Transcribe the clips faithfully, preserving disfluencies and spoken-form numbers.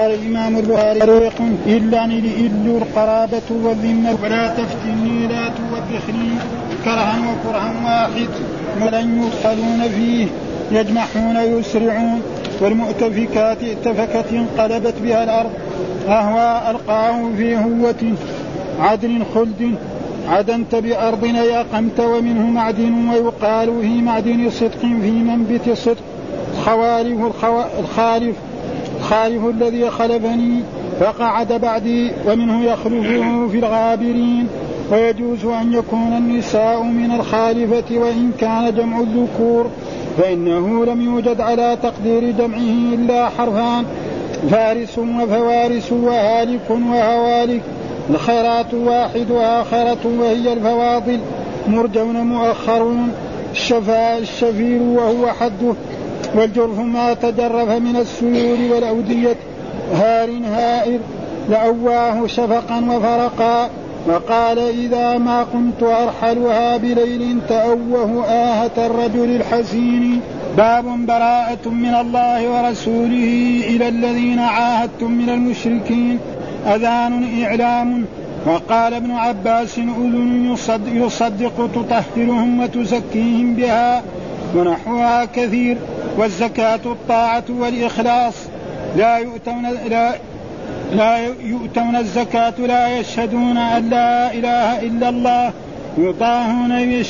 قال الإمام البخاري طريق إلا إلا القرابة والذمة ولا تفتني لا توبخني كرها وكرها واحد ولن يدخلون فيه يجمحون يسرعون والمؤتفكات اتفكت انقلبت بها الأرض أهوى ألقاه في هوة عدل خلد عدنت بأرضنا يا قمت ومنه معدن ويقال في معدن صدق في منبت الصدق خوالف الخالف الخالف الذي خلفني فقعد بعدي ومنه يخلفه في الغابرين ويجوز أن يكون النساء من الخالفة وإن كان جمع الذكور فإنه لم يوجد على تقدير جمعه إلا حرفان فارس وفوارس وهالك وهوالك الخيرات واحد وآخرة وهي الفواضل مرجون مؤخرون الشفاء الشفير وهو حده والجرف ما تجرف من السيول والأودية هار هائر لأواه شفقا وفرقا وقال إذا ما كنت أرحلها بليل تأوه آهة الرجل الحسين. باب براءة من الله ورسوله إلى الذين عاهدتم من المشركين أذان إعلام. وقال ابن عباس أذن يصدق تطهرهم وتزكيهم بها ونحوها كثير. والزكاة الطاعة والإخلاص لا يؤتون, لا لا يؤتون الزكاة لا يشهدون أن لا إله إلا الله يطاعون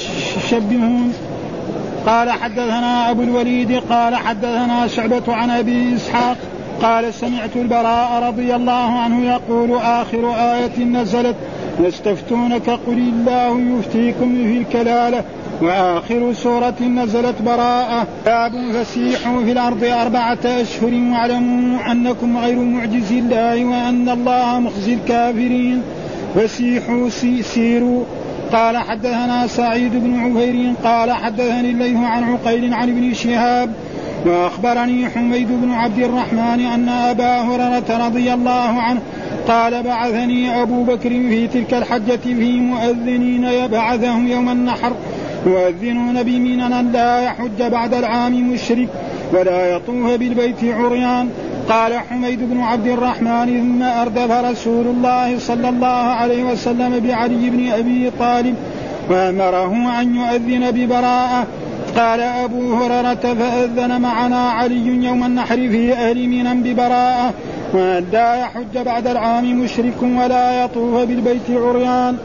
يشبهون. قال حدثنا أبو الوليد قال حدثنا شعبة عن أبي إسحاق قال سمعت البراء رضي الله عنه يقول آخر آية نزلت يستفتونك قل الله يفتيكم في الكلالة وآخر سورة نزلت براءة. باب فسيحوا في الأرض أربعة أشهر واعلموا أنكم غير معجز الله وأن الله مخزي الكافرين فسيحوا سيروا. قال حدثنا سعيد بن عفير قال حدثني الليث عن عقيل عن ابن شهاب وأخبرني حميد بن عبد الرحمن أن أبا هريرة رضي الله عنه قال بعثني أبو بكر في تلك الحجة في مؤذنين يبعثهم يوم النحر يؤذنون بمنى لا يحج بعد العام مشرك ولا يطوف بالبيت عريان. قال حميد بن عبد الرحمن ثم أردف رسول الله صلى الله عليه وسلم بعلي بن أبي طالب وأمره أن يؤذن ببراءة. قال أبو هريرة فأذن معنا علي يوم النحر في أهل منى ببراءة وأن لا يحج بعد العام مشرك ولا يطوف بالبيت عريان.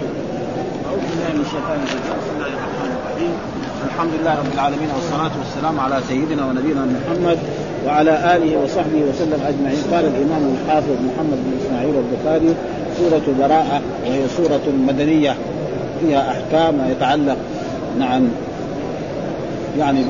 الحمد لله رب العالمين والصلاة والسلام على سيدنا ونبينا محمد وعلى آله وصحبه وسلم أجمعين. قال الإمام الحافظ محمد بن إسماعيل البخاري سورة براءة وهي سورة مدنية فيها أحكام يتعلق نعم يعني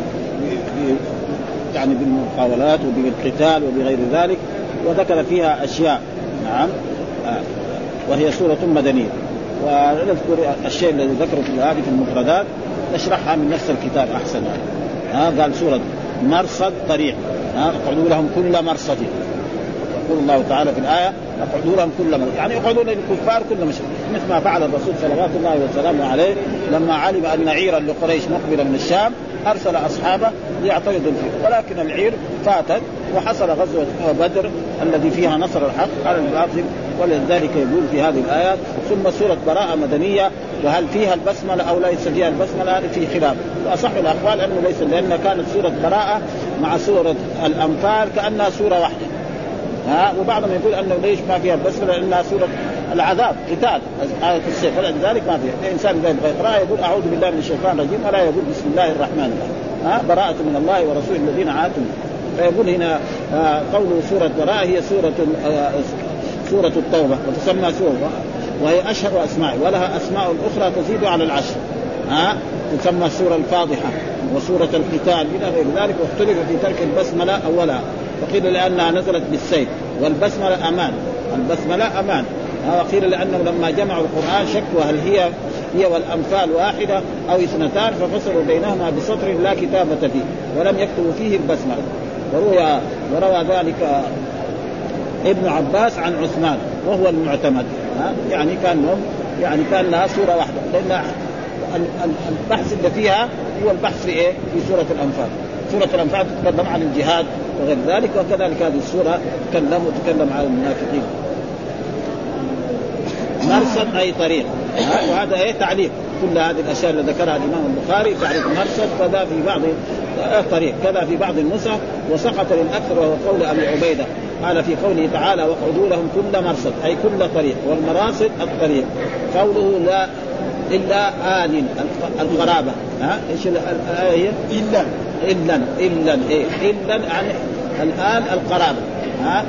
يعني بالمقاولات وبالقتال وبغير ذلك وذكر فيها أشياء نعم وهي سورة مدنية. ونذكر الشيء الذي ذكره في هذه المفردات نشرحها من نفس الكتاب أحسن. ها قال سورة مرصد طريق اقعدوا لهم كل مرصد يقول الله تعالى في الآية اقعدوا لهم كل مرصد يعني يقعدون للكفار كل مشرك مثل ما فعل الرسول صلوات الله وسلامه عليه لما علم أن عيرا لقريش مقبلا من الشام أرسل أصحابه ليعترضوا فيه ولكن العير فاتت وحصل غزوة بدر الذي فيها نصر الحق على الباطل. ولذلك يقول في هذه الآيات ثم سورة براءة مدنية وهل فيها البسملة أو ليس فيها البسملة هذا في خلاف وأصح الأقوال أنه ليس لأن كانت سورة براءة مع سورة الأنفال كأنها سورة واحدة ها وبعضهم يقول أنه ليش ما فيها البسملة لأنها سورة العذاب قتال آية السيف فلذلك ما فيها. الإنسان إذا يبغى يقرأ يقول أعوذ بالله من الشيطان الرجيم ولا يقول بسم الله الرحمن الرحيم ها براءة من الله ورسوله الذين عاهدتم. فيقول هنا قوله سورة براءة هي سورة سورة التوبة وتسمى سورة وهي أشهر أسماء ولها أسماء أخرى تزيد على العشر ها تسمى سورة الفاضحة وسورة القتال إلى غير ذلك. واختلف في ترك البسملة أولها وقيل لأنها نزلت بالسيف والبسملة أمان البسملة أمان وقيل لأنه لما جمعوا القرآن شكوا هل هي هي والأنفال واحدة أو اثنتان ففصلوا بينهما بسطر لا كتابة فيه ولم يكتبوا فيه البسملة. وروى وروى ذلك ابن عباس عن عثمان وهو المعتمد يعني كان يعني كان لها سورة واحدة لأن البحث اللي فيها هو البحث في إيه في سورة الأنفال سورة الأنفال تتكلم عن الجهاد وغير ذلك، وكذلك هذه السورة تكلم وتكلم عن المنافقين. مرصد أي طريق، وهذا أي تعليق كل هذه الأشياء اللي ذكرها الإمام البخاري تعريف مرصد كذا في بعض طريق كذا في بعض النسخ، وسقط للأكثر وهو قول أبي عبيدة قال في قوله تعالى وقعدوا لهم كل مرصد أي كل طريق، والمراصد الطريق. قوله لا إلا آل القرابة، ها إيش الآية؟ إلا إلا إلا إيه إلا يعني الآن القرابة، ها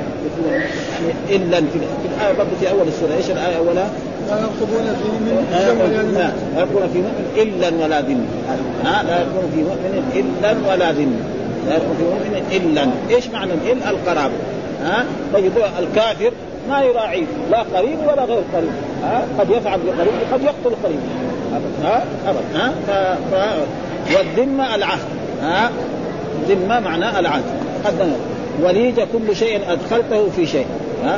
إلا في الآية برضه في أول السورة إيش الآية أولها؟ لا يرقبون في مؤمن لا يرقبون في مؤمن إلا ولا ذمة، ها لا يرقبون في مؤمن إلا ولا ذمة، لا يرقبون في مؤمن إلا. إيش معنى إلا؟ القرابة، ها طيب الكافر ما يراعي لا قريب ولا غير قريب، ها قد يفعل بقريب قد يقتل قريب، ها أبدا، ها ف... ف... والذمة العهد، ها ذمة معناه العهد. قدنا وليجة كل شيء أدخلته في شيء، ها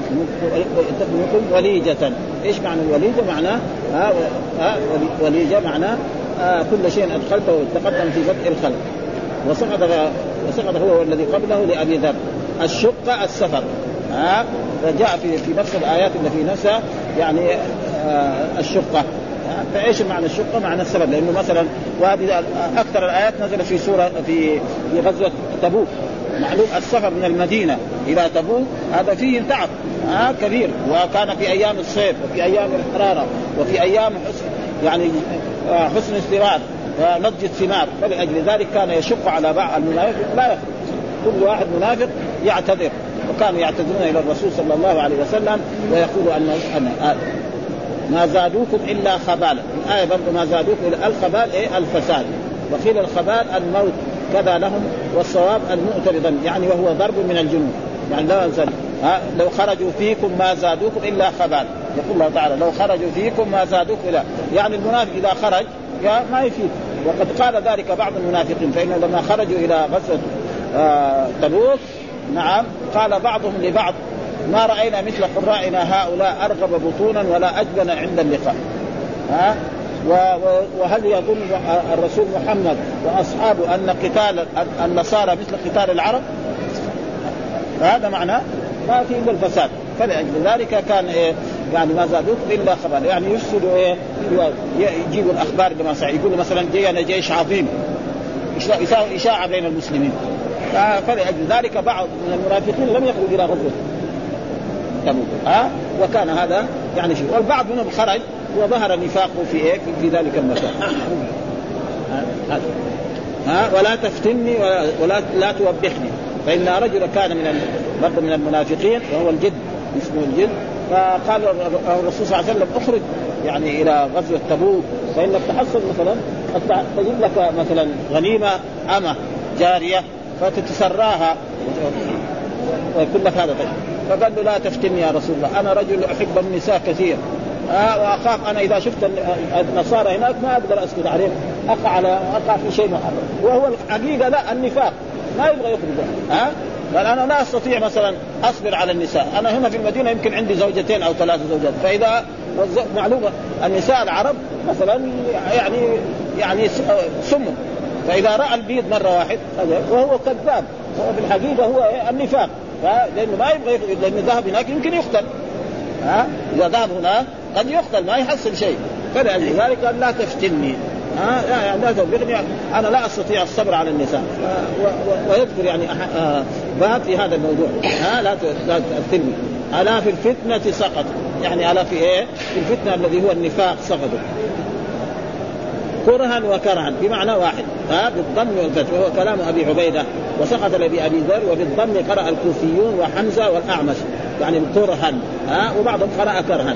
نقول وليجة. إيش معنى الوليجة؟ معناه ها ها وليجة معناه آه كل شيء أدخلته تقدم في بدء الخلق. وسقط وسقط هو والذي قبله لأبي ذر. الشقة السفر، ها فجاء في في نفس الآيات اللي في نفسها يعني آه الشقة. فايش معنى الشقه؟ معنى السفر، لانه مثلا وهذه اكثر الايات نزل في سوره في في غزوه تبوك. معلوم السفر من المدينه الى تبوك هذا فيه تعب آه كبير، وكان في ايام الصيف وفي ايام الحراره وفي ايام حسن يعني آه حسن استيراد ونضج الثمار، فلأجل ذلك كان يشق على بعض المنافق لا يخرج، كل واحد منافق يعتذر، وكانوا يعتذرون الى الرسول صلى الله عليه وسلم ويقولوا ان ان ما زادوكم إلا خبالا. الآية برضو ما زادوكم إلا الخبال إيه الفساد، وقيل الخبال الموت كذا لهم، والصواب المؤت بضم يعني وهو ضرب من الجنود، يعني لا يزال لو خرجوا فيكم ما زادوكم إلا خبال. يقول الله تعالى لو خرجوا فيكم ما زادوكم إلا، يعني المنافق إذا خرج ما يفيد. وقد قال ذلك بعض المنافقين، فإنه لما خرجوا إلى غزوة آه تبوك نعم قال بعضهم لبعض ما رأينا مثل قرائنا هؤلاء أرغب بطونا ولا أجبن عند اللقاء. ها وهل يظن الرسول محمد وأصحابه أن قتال النصارى مثل قتال العرب؟ هذا معناه ما في إلا الفساد، فلأجل ذلك كان إيه يعني ما زادوك إلا خبر، يعني يفسدوا إيه يجيبوا الأخبار كما سيقولوا مثلا جينا جيش عظيم يساوي إشاعة بين المسلمين، فلأجل ذلك بعض من المنافقين لم يخرجوا إلى غزوة تبوك، ها وكان هذا يعني شيء. والبعض منهم خرج وظهر نفاقه في إيه في ذلك المكان. ها ها ولا تفتني ولا, ولا لا توبخني، فإن رجل كان من برضه من المنافقين وهو الجد اسمه الجد، فقال الرسول صلى الله عليه وسلم اخرج يعني إلى غزوة تبوك فإنك تحصل مثلا تجد لك مثلا غنيمة أمة جارية فتتسراها ويكون لك هذا طيب. فقال له لا تفتني يا رسول الله، أنا رجل أحب النساء كثير، آه وأخاف أنا إذا شفت النصارى هناك ما أقدر أسكت عليهم، أقع على أقع في شيء محرم. وهو الحقيقة لا النفاق ما يبغى يخرج، ها قال أنا لا أستطيع مثلا أصبر على النساء، أنا هنا في المدينة يمكن عندي زوجتين أو ثلاث زوجات، فإذا معلومة النساء العرب مثلا يعني يعني سم، فإذا رأى البيض مرة واحد وهو كذاب، هو في الحقيقة هو النفاق، لأنه ما يبغى يخرج، لأنه ذهب هناك يمكن يقتل، ها إذا ذهب هناك قد يقتل ما يحصل شيء. فلذلك قال لا تفتني، ها يعني لا تبغني، أنا لا أستطيع الصبر على النساء، ويذكر يعني باب في هذا الموضوع، ها لا لا تفتني. ألا في الفتنة سقط، يعني ألا في إيه في الفتنة الذي هو النفاق سقطوا كرها وكرها بمعنى واحد، ها بالضم والفتح، وهو كلام أبي عبيدة. وسقط لأبي أبي ذر، وبالضم قرأ الكوفيون وحمزة والأعمش يعني كرها، ها وبعضهم قرأ كرها.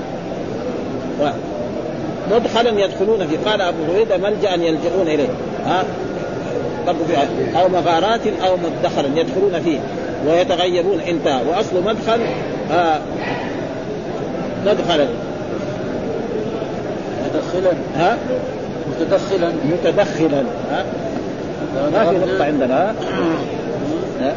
مدخلا يدخلون فيه، قال أبو عبيدة ملجأ يلجؤون إليه، ها أو مغارات أو مدخلا يدخلون فيه ويتغيبون انتهى. وأصل مدخل ها مدخلا متدخلا، ها متدخلا متدخلا، ها ما في نقطة عندنا، ها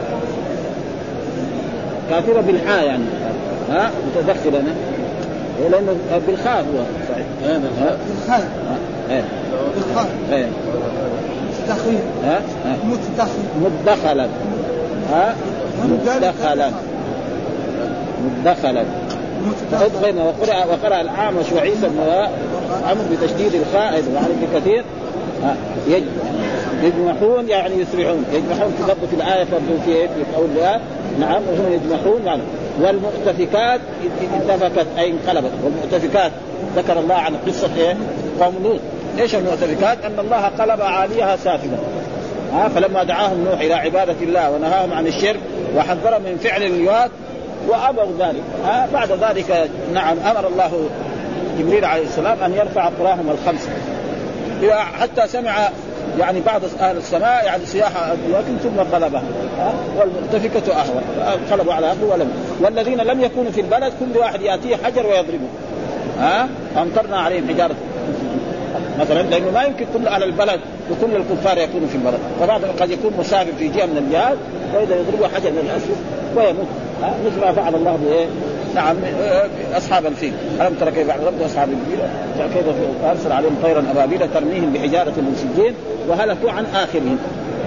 كافرة بالحاء يعني، ها متدخلا لأنه بالخاء هو صحيح، بالخاء بالخاء متدخل ها متدخل مدخلا ها مدخلا مدخلا بين وقرأ وقرأ الأعمش وعيسى بن عمرو بتشديد الخاء وعلى ابن كثير يجمحون يعني يسرعون. يجمحون في ضبط في الآية فرضوا في إيه في قول الله نعم وهم يجمحون يعني. والمؤتفكات اتفكت أي انقلبت. والمؤتفكات ذكر الله عن قصة إيه قوم لوط. إيش المؤتفكات؟ أن الله قلب عاليها سافلة ها فلما دعاهم نوح إلى عبادة الله ونهاهم عن الشرك وحذرهم من فعل اللواط وأبوا ذلك ها بعد ذلك نعم أمر الله جبريل عليه السلام أن يرفع قراهم الخمسة حتى سمع يعني بعض أهل السماء يعني صياح لكن ثم قلبها والمؤتفكة أهوى قلبوا على أهله ولم. والذين لم يكونوا في البلد كل واحد يأتيه حجر ويضربه ها أمطرنا عليهم حجارة مثلا لأنه ما يمكن كل أهل البلد وكل الكفار يكونوا في البلد فبعضهم قد يكون مسافر في جهة من الجهات فإذا يضربوا حجر من الأسود ويموت مثل ما فعل الله بإيه نعم أصحاب الفيل. ألم ترى كيف فعل رب أصحاب الفيل كيف أرسل عليهم طيرا أبابيل ترميهم بحجارة من سجين وهلكوا عن آخرهم.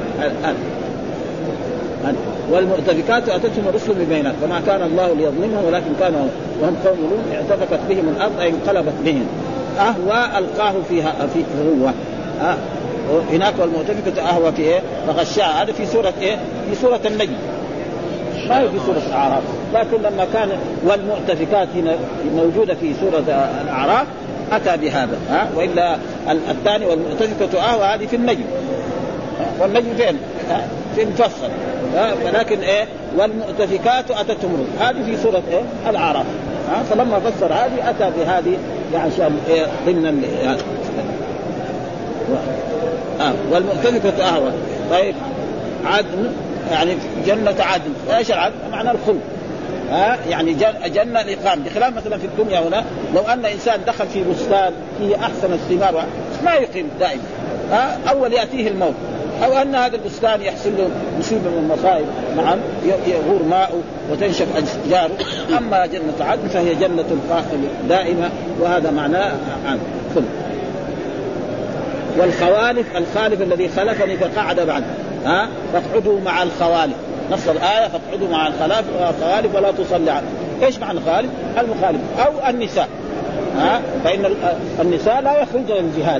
والمؤتفكات أتتهم الرسل ببينات فما كان الله ليظلمهم ولكن كانوا وهم قوم لوط اعتفكت بهم الأرض أي انقلبت بهم أهوى ألقاه فيها في هو أه. هناك والمؤتفكة أهوى في إيه فغشاها. هذا في سورة إيه في سورة النجم ما هي في سورة الأعراف لكن لما كان والمؤتفكات هنا موجودة في سورة الأعراف أتى بهذا ها وإلا الثاني والمؤتفكة أهوى هذه في النجم والنجم فين في المفصل ولكن إيه والمؤتفكات أتتهم هذه في سورة إيه الأعراف ها فلما فسر هذه أتى بهذه يعني عشان إيه ضمن يعني آه والمؤتفكة أهوى. طيب عدن يعني جنة عدن ايش العدن؟ معنى الخلد ها يعني جنة الإقامة بخلاف مثلا في الدنيا هنا لو أن إنسان دخل في بستان فيه أحسن الثمار ما يقيم دائما ها أول يأتيه الموت أو أن هذا البستان يحصل له مصيبة من المصائب نعم يغور ماءه وتنشف أشجاره. أما جنة عدن فهي جنة دائمة وهذا معناه عن خلد. والخوالف الخالف الذي خلفني فقعد بعد ها فاقعدوا مع الخوالف نص الآية فاقعدوا مع الخوالف ولا تصلي عنه. ايش معنى الخالف؟ المخالف أو النساء ها فإن النساء لا يخرجن الجهاد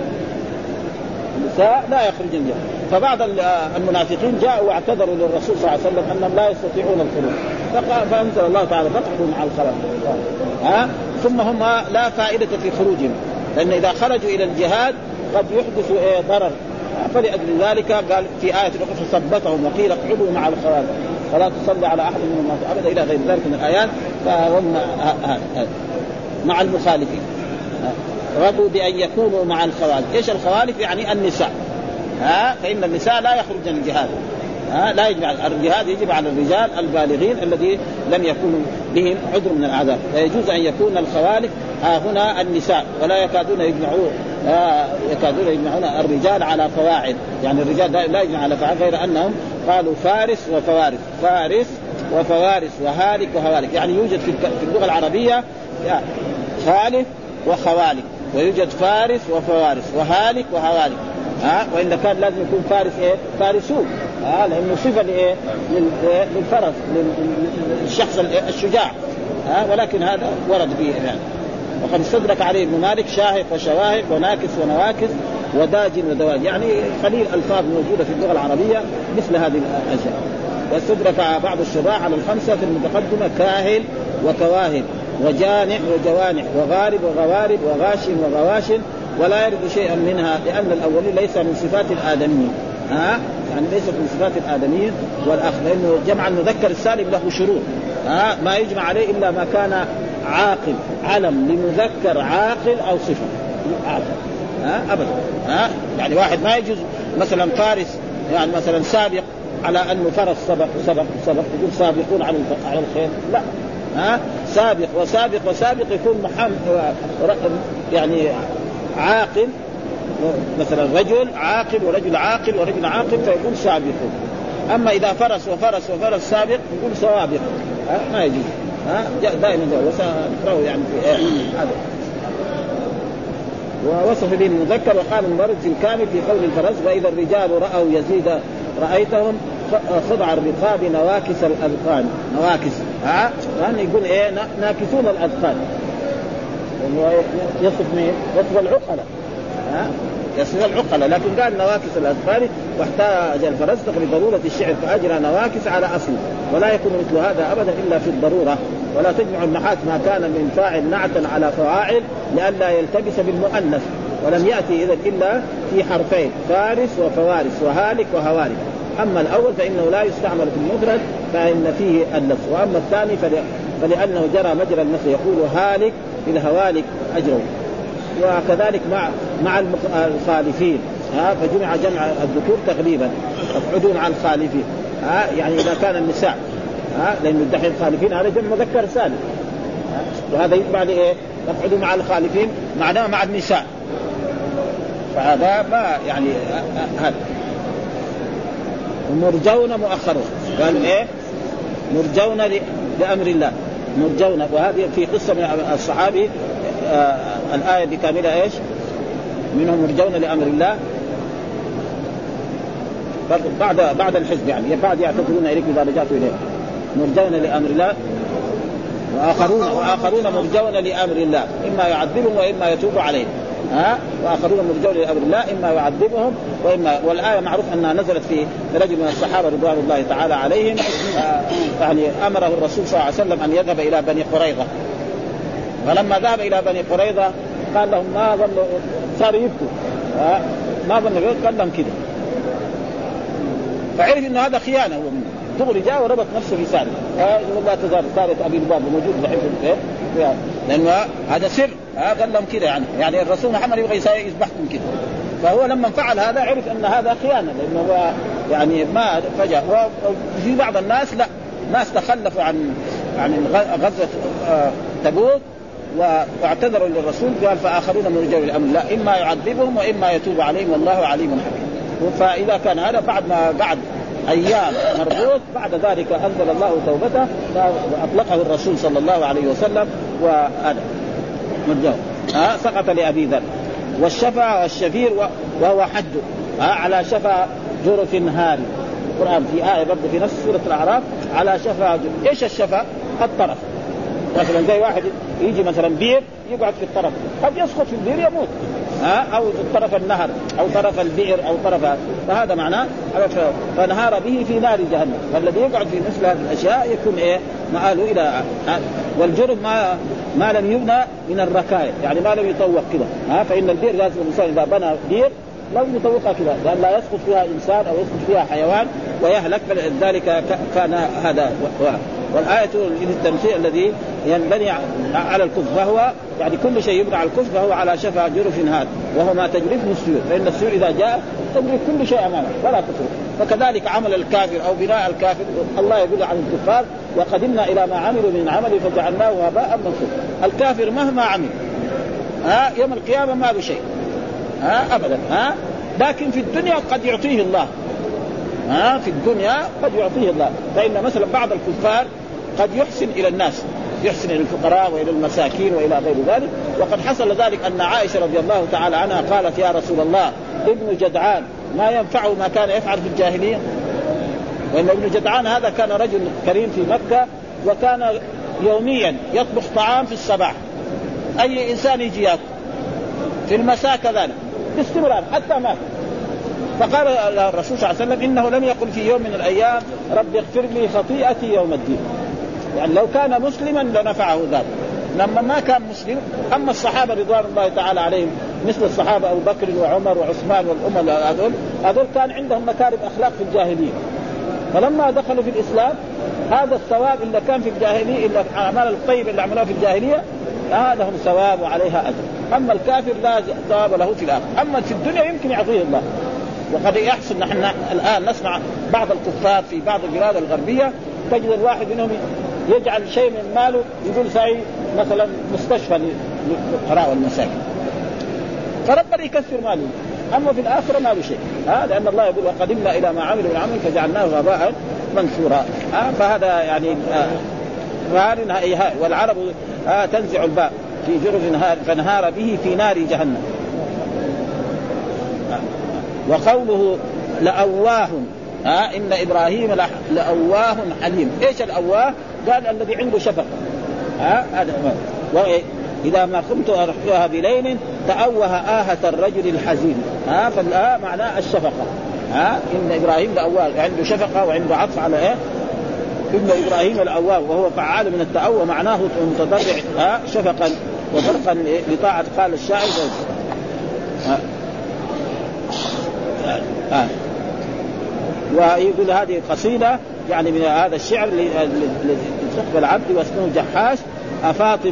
النساء لا يخرجن الجهاد. فبعض المنافقين جاءوا واعتذروا للرسول صلى الله عليه وسلم أنهم لا يستطيعون الخروج فأنزل الله تعالى فاقعدوا مع الخوالف ها ثم هم لا فائدة في خروجهم لأن إذا خرجوا إلى الجهاد قد يحدث إيه ضرر فلأجل ذلك قال في آية أخرى فثبتهم وقيل اقعدوا مع الخوالف فلا تصلي على أحد منهم أبدا إلى غير ذلك من الآيات. فهم مع المخالفين رضوا بأن يكونوا مع الخوالف. إيش الخوالف؟ يعني النساء ها فإن النساء لا يخرجن الجهاد ها لا يجب الجهاد يجب على الرجال البالغين الذي لم يكونوا بهم عذر من العذاب. فيجوز أن يكون الخوالف ها هنا النساء ولا يكادون يجمعون يكادون يجمعون الرجال على فواعل يعني الرجال لا يجمع على فواعل غير أنهم قالوا فارس وفوارس فارس وفوارس وهالك وهوالك يعني يوجد في اللغة العربية خالف وخوالك ويوجد فارس وفوارس وهالك وهوالك ها وإن كان لازم يكون فارس إيه فارسون ها لأنه صفة لإيه للفرس للشخص الشجاع ها ولكن هذا ورد به يعني. وقد استدرك عليه ابن مالك شاهق وشواهق وناكس ونواكس وداج ودواج يعني قليل ألفاظ موجودة في اللغة العربية مثل هذه الأشياء. واستدرك بعض الشراح على الخمسة في المتقدمة كاهل وكواهل وجانع وجوانع وغارب وغوارب وغاشم وغواشم ولا يرد شيئا منها لأن الأولين ليس من صفات الآدميين ها يعني ليست من صفات الآدميين والآخر لأنه جمع المذكر السالم له شروط ها ما يجمع عليه إلا ما كان عاقل علم لمذكر عاقل أو صفة عاقل ها أبدا ها يعني واحد ما يجوز مثلا فارس يعني مثلا سابق على أنه فرس سبق سبق سبق يقول سابقون على على الخير لا ها سابق وسابق وسابق يكون محمد يعني عاقل مثلا رجل عاقل ورجل عاقل ورجل عاقل فيكون سابقون. أما إذا فرس وفرس وفرس سابق يقول سوابق ها ما يجوز ها دائما ده وسنقرأه يعني في هذا. ووصف به المذكر. وقال المبرد في الكامل في قول الفرز وإذا الرجال رأوا يزيد رأيتهم خضع الرقاب نواكس الأذقان. نواكس ها يعني يقول إيه ناكسون الأذقان يصف مين؟ يصف العقلة ها يصف العقلة لكن قال نواكس الأذقان. واحتاج الفرزدق لضرورة الشعر فأجرى نواكس على أصل ولا يكون مثل هذا أبدا إلا في الضرورة. ولا تجمع النحاة ما كان من فاعل نعتا على فاعل لئلا يلتبس بالمؤنث ولم يأتي إذن إلا في حرفين فارس وفوارس وهالك وهوالك. أما الأول فإنه لا يستعمل في المفرد فإن فيه اللفظ. وأما الثاني فلأنه جرى مجرى النفس يقول هالك بالهوالك أجروا. وكذلك مع مع الخالفين ها فجمع جمع الذكور تقريبا تقعدون مع الخالفين ها يعني إذا كان النساء ها لأن الدحين الخالفين هذا جمع مذكر سالم وهذا يتبع لإيه تقعدوا مع الخالفين معناه مع النساء فهذا ما يعني هذا. مرجون مؤخرون قال إيه مرجون لأمر الله مرجون. وهذه في قصة من الصحابي آه الآية دي كاملة إيش منهم مرجون لأمر الله بعد بعد الحزب يعني بعد يعتذرون إليك إذا رجعت إليه مرجون لأمر الله وآخرون وآخرون مرجون لأمر الله إما يعذبهم وإما يتوب عليهم ها وآخرون مرجون لأمر الله إما يعذبهم وإما. والآية معروف أنها نزلت في رجل من الصحابة رضوان الله تعالى عليهم آه يعني أمره الرسول صلى الله عليه وسلم أن يذهب إلى بني قريظة. فلما ذهب إلى بني قريظة قال لهم ما ظنوا صاروا يبكوا آه ما ظنوا قال لهم كده فعرف إنه هذا خيانة هو منه دغري جاء وربط نفسه في سارة آه لا تزال سارة أبي لباب موجود بحب إيه لأنه هذا سر آه قال لهم كده يعني يعني الرسول محمد يبغى يذبحكم كده. فهو لما فعل هذا عرف أن هذا خيانة لأنه هو يعني ما فجأة. وفي بعض الناس لا ناس تخلفوا عن عن غزوة آه تبوك واعتذروا للرسول قال فآخرون مرجون لأمر الله إما يعذبهم وإما يتوب عليهم والله عليم حكيم. فإذا كان هذا بعد ما بعد أيام مربوط بعد ذلك أنزل الله توبته فأطلقه الرسول صلى الله عليه وسلم وهذا مرجون ها سقط لأبي ذر. والشفا والشفير وهو حد ها على شفا جرف هاري. القرآن في آية برضه في نفس سورة الأعراف على شفا جرف. إيش الشفا؟ الطرف. مثلا زي واحد يجي مثلا بير يقعد في الطرف قد يسقط في البير يموت ها او طرف النهر او طرف البئر او طرف فهذا معناه فنهار به في نار جهنم. فالذي يقعد في مثل هذه الاشياء يكون ايه مآله الى. والجرم ما ما لم يبنى من الركائب يعني ما لم يطوق كده ها فإن البئر لازم الانسان اذا بنى بير لازم يطوقها كده لأن لا يسقط فيها انسان او يسقط فيها حيوان ويهلك. ذلك كان هذا. والآية للتمثيل الذي ينبني على الكفر فهو يعني كل شيء يبنى على الكفر فهو على شفا جرف هاد وهو ما تجرفه السيول فإن السيول إذا جاء تجرف كل شيء أمامه ولا تترك. فكذلك عمل الكافر أو بناء الكافر الله يقول عن الكفار وقدمنا إلى ما عملوا من عمل فجعلناه هباء منثورا. الكافر مهما عمل ها يوم القيامة ما له شيء ها أبدا ها لكن في الدنيا قد يعطيه الله ها في الدنيا قد يعطيه الله. فإن مثلا بعض الكفار قد يحسن إلى الناس يحسن إلى الفقراء وإلى المساكين وإلى غير ذلك. وقد حصل ذلك أن عائشة رضي الله تعالى عنها قالت يا رسول الله ابن جدعان ما ينفعه ما كان يفعل في الجاهلية. وإن ابن جدعان هذا كان رجل كريم في مكة وكان يوميا يطبخ طعام في الصباح أي إنسان يجي يأكل في المساء كذلك باستمرار حتى مات. فقال الرسول صلى الله عليه وسلم إنه لم يقل في يوم من الأيام رب اغفر لي خطيئتي يوم الدين. يعني لو كان مسلما لنفعه ذلك لما ما كان مسلم. أما الصحابة رضوان الله تعالى عليهم مثل الصحابة أبو بكر وعمر وعثمان والأمة هذول هذول كان عندهم مكارم أخلاق في الجاهلية فلما دخلوا في الإسلام هذا الثواب اللي كان في الجاهلية إلا الأعمال الطيبة اللي عملوها في الجاهلية هذا هم ثواب وعليها أجر. أما الكافر لا ثواب له في الآخرة. أما في الدنيا يمكن يعطيه الله. وقد يحصل نحن الآن نسمع بعض الكفار في بعض البلاد الغربية تجد الواحد منهم يجعل شيء من ماله يقول سعي مثلا مستشفى للفقراء والمساكين فربنا يكثر ماله. أما في الآخرة ما له شيء ها لأن الله يقول وقدمنا إلى ما عملوا من عمل فجعلناه غباء منثورا. فهذا يعني فهذه والعرب تنزع الباء في جرف فانهار به في نار جهنم وقوله لأواه ها إن إبراهيم لأواه حليم. إيش الأواه؟ قال الذي عنده شفقة. ها هذا إذا ما قمت أرحوها بليل تأوه آهة الرجل الحزين. ها فالآه معناه الشفقة. ها إن إبراهيم لأواه عنده شفقة وعنده عطف على إيه إن إبراهيم لأواه وهو فعال من التأوه معناه متضرع ها شفقا وفرقا لطاعة. قال الشاعر ها ها ويقول هذه قصيدة يعني من هذا الشعر لثقب العبد واسمه جحاش. أفاطم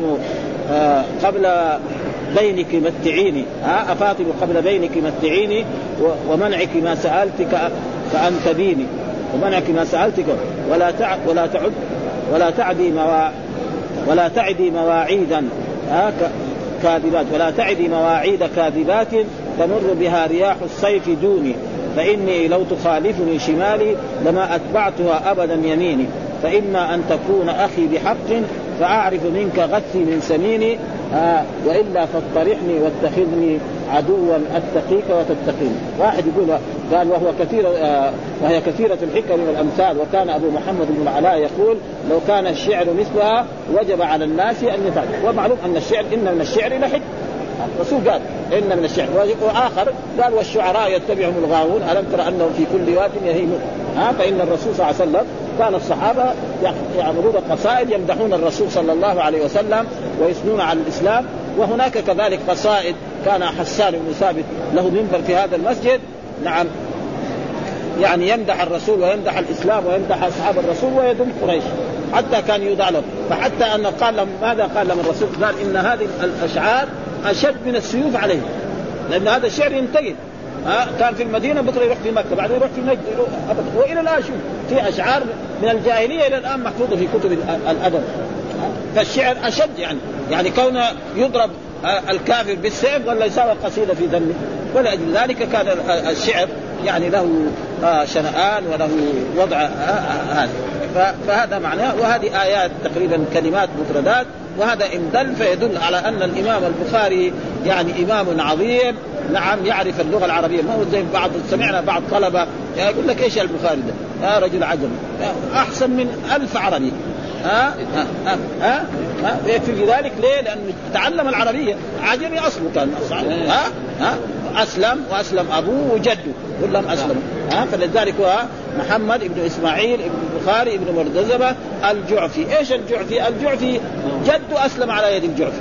قبل بينك متعيني ها أفاطم قبل بينك متعيني ومنعك ما سألتك فأنت بيني ومنعك ما سألتك ولا تع ولا تعد ولا تعدي موا ولا تعدي مواعيدا ها كاذبات ولا تعدي مواعيد كاذبات تمر بها رياح الصيف دوني فإني لو تخالفني شمالي لما أتبعتها أبدا يميني فإما أن تكون أخي بحق فأعرف منك غثي من سميني آه وإلا فاطرحني واتخذني عدوا أتقيك وتتقيني. واحد يقول قال وهو كثير آه وهي كثيرة الحكم والأمثال. وكان أبو محمد بن العلاء يقول لو كان الشعر مثلها وجب على الناس أن يفعل. ومعلوم أن الشعر إن من الشعر لحكم. الرسول قال إن من الشعر. وآخر قال والشعراء يتبعهم الغاوون ألم ترى أنهم في كل واد يهيمون. ها فإن الرسول صلى الله عليه وسلم كان الصحابة يعملون قصائد يمدحون الرسول صلى الله عليه وسلم ويثنون على الإسلام. وهناك كذلك قصائد كان حسان بن ثابت له منبر في هذا المسجد نعم يعني يمدح الرسول ويمدح الإسلام ويمدح أصحاب الرسول ويذم قريش حتى كان يدع لهم. فحتى أنه قال لهم ماذا قال لهم الرسول؟ قال إن هذه الأشعار أشد من السيوف عليه لأن هذا الشعر ينتقل. ها كان في المدينة بكرة يروح في مكة بعدين يروح في نجد وإلى الآن شوف في أشعار من الجاهلية إلى الآن محفوظة في كتب الأدب. فالشعر أشد يعني يعني كونه يضرب الكافر بالسيف ولا يساوي قصيدة في ذنبه. ولأجل ذلك كان الشعر يعني له شنآن وله وضع هذا. فهذا معناه. وهذه آيات تقريبا كلمات مفردات وهذا إن دل فيدل على أن الإمام البخاري يعني إمام عظيم نعم يعرف اللغة العربية. ما هو زي بعض سمعنا بعض طلبة يقول لك إيش البخاري ده يا رجل عجب أحسن من ألف عربي. ها ها ها ها في ذلك ليه؟ لأنه تعلم العربية عجمي أصله كان ها ها أسلم وأسلم أبوه وجده كلهم أسلموا. ها فلذلك هو محمد ابن إسماعيل ابن البخاري ابن مردزبة الجعفي. إيش الجعفي؟ الجعفي جده أسلم على يد الجعفي.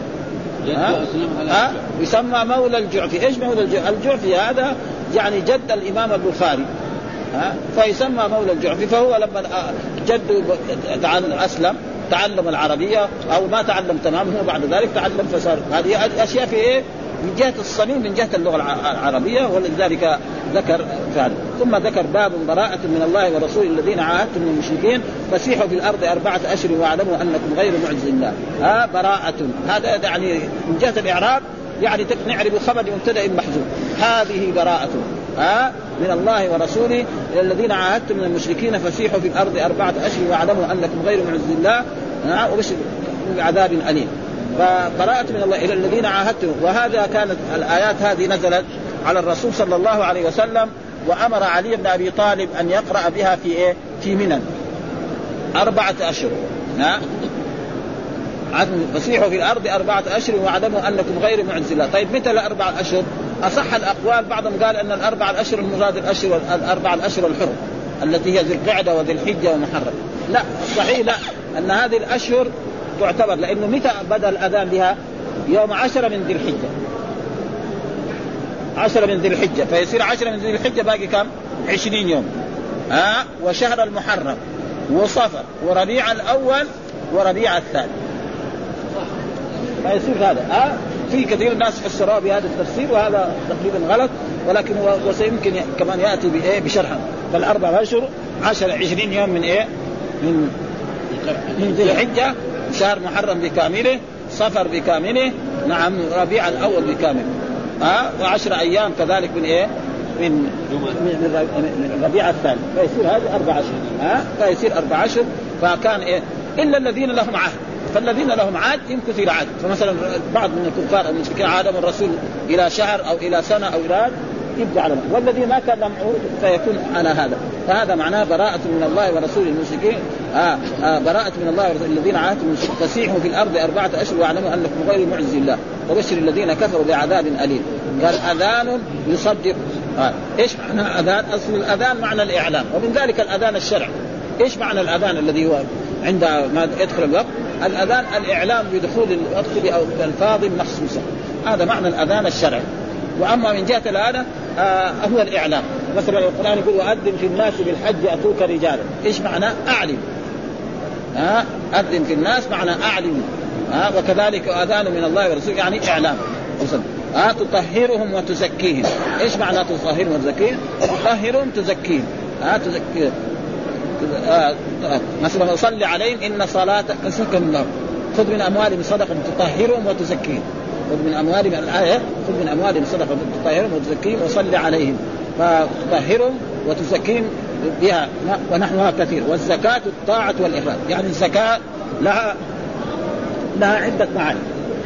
ها ها يسمى مولى الجعفي. إيش مولى الجعفي؟ الجعفي هذا يعني جد الإمام البخاري ها فيسمى مولى الجعفي. فهو لما جده تعلم أسلم تعلم العربية أو ما تعلم تماما هو بعد ذلك تعلم فصار. هذه أشياء في إيه من جهة الصميم من جهة اللغة العربية. ولذلك ذكر فعلا. ثم ذكر باب براءة من الله ورسوله الذين عاهدتم من المشركين فسيحوا في الأرض أربعة أشهر واعلموا أنكم غير معجز الله. ها براءة هذا يعني من جهة الإعراب يعني نعرب خبر مبتدأ محذوف. هذه براءة ها من الله ورسوله الذين عاهدتم من المشركين فسيحوا في الأرض أربعة أشهر واعلموا أنكم غير معجز الله وبشر بعذاب أليم. فبراءة من الله إلى الذين عاهدتم. وهذا كانت الآيات هذه نزلت على الرسول صلى الله عليه وسلم وأمر علي بن أبي طالب أن يقرأ بها في إيه في منن أربعة أشهر. ها فسيحوا في الأرض أربعة أشهر واعلموا أنكم غير معجز الله. طيب متى الأربعة أشهر؟ أصح الأقوال بعضهم قال أن الأربعة الأشهر المراد الأشهر الأربعة الأشهر الحرم التي هي ذي القعدة وذي الحجة ومحرم. لا صحيح لا أن هذه الأشهر تعتبر لأنه متى بدأ الأذان بها؟ يوم عشرة من ذي الحجة عشرة من ذي الحجة فيصير عشرة من ذي الحجة باقي كم؟ عشرين يوم. ها وشهر المحرم وصفر وربيع الأول وربيع الثاني فيصير هذا. ها في كثير الناس فسروا بهذا التفسير وهذا تقريبا غلط ولكن وسيمكن كمان يأتي بإيه بشرحه. فالأربع أشهر عشر عشرين يوم من إيه من من ذي الحجة شهر محرم بكامله صفر بكامله نعم ربيع الأول بكامله. ها وعشر أيام كذلك من إيه من من ربيع الثاني فيصير هذه أربع أشهر. ها فيصير أربع أشهر. فكان إيه إلا الذين لهم عهد. فالذين لهم عهد يمكث العهد. فمثلا بعض من الكفار المشركين عادهم الرسول إلى شهر أو إلى سنة أو إلى يبدأ على من. والذي ما كان لم يعود فيكون على هذا. فهذا معناه براءة من الله ورسوله المشركين. آه آه براءة من الله ورسوله الذين عاهدتم المشركين فسيحوا في الأرض أربعة أشهر واعلموا أنكم غير معجز الله وبشر الذين كفروا بعذاب أليم. قال أذان يصدق. آه. إيش معنى أذان؟ أصل الأذان معنى الإعلام، ومن ذلك الأذان الشرعي. إيش معنى الأذان الذي هو عند ما يدخل الوقت؟ الأذان الإعلام بدخول الوقت أو بألفاظ مخصوصة، هذا معنى الأذان الشرعي. وأما من جهة الآن آه هو الإعلام. مثلا القرآن يقول وأذن في الناس بالحج أتوك رجالا. إيش معنى؟ أعلم. آه أذن في الناس معنى أعلم. آه وكذلك أذان من الله ورسوله يعني إعلام. آه تطهرهم وتزكيهم. إيش معنى تطهرهم وتزكيهم؟ تطهرهم تزكيهم. آه تزكيهم. آه آه مثلا صلي عليهم إن صلاتك سكن لهم. خذ من أموالهم صدقة تطهرهم وتزكيهم. خذ من أموالهم الآية خذ من أموالهم صدقة تطهرهم وتزكيهم وصلي عليهم. فتطهرهم وتزكيهم بها ونحوها كثير. والزكاة الطاعة والإخلاص. يعني الزكاة لها لها عدة معاني.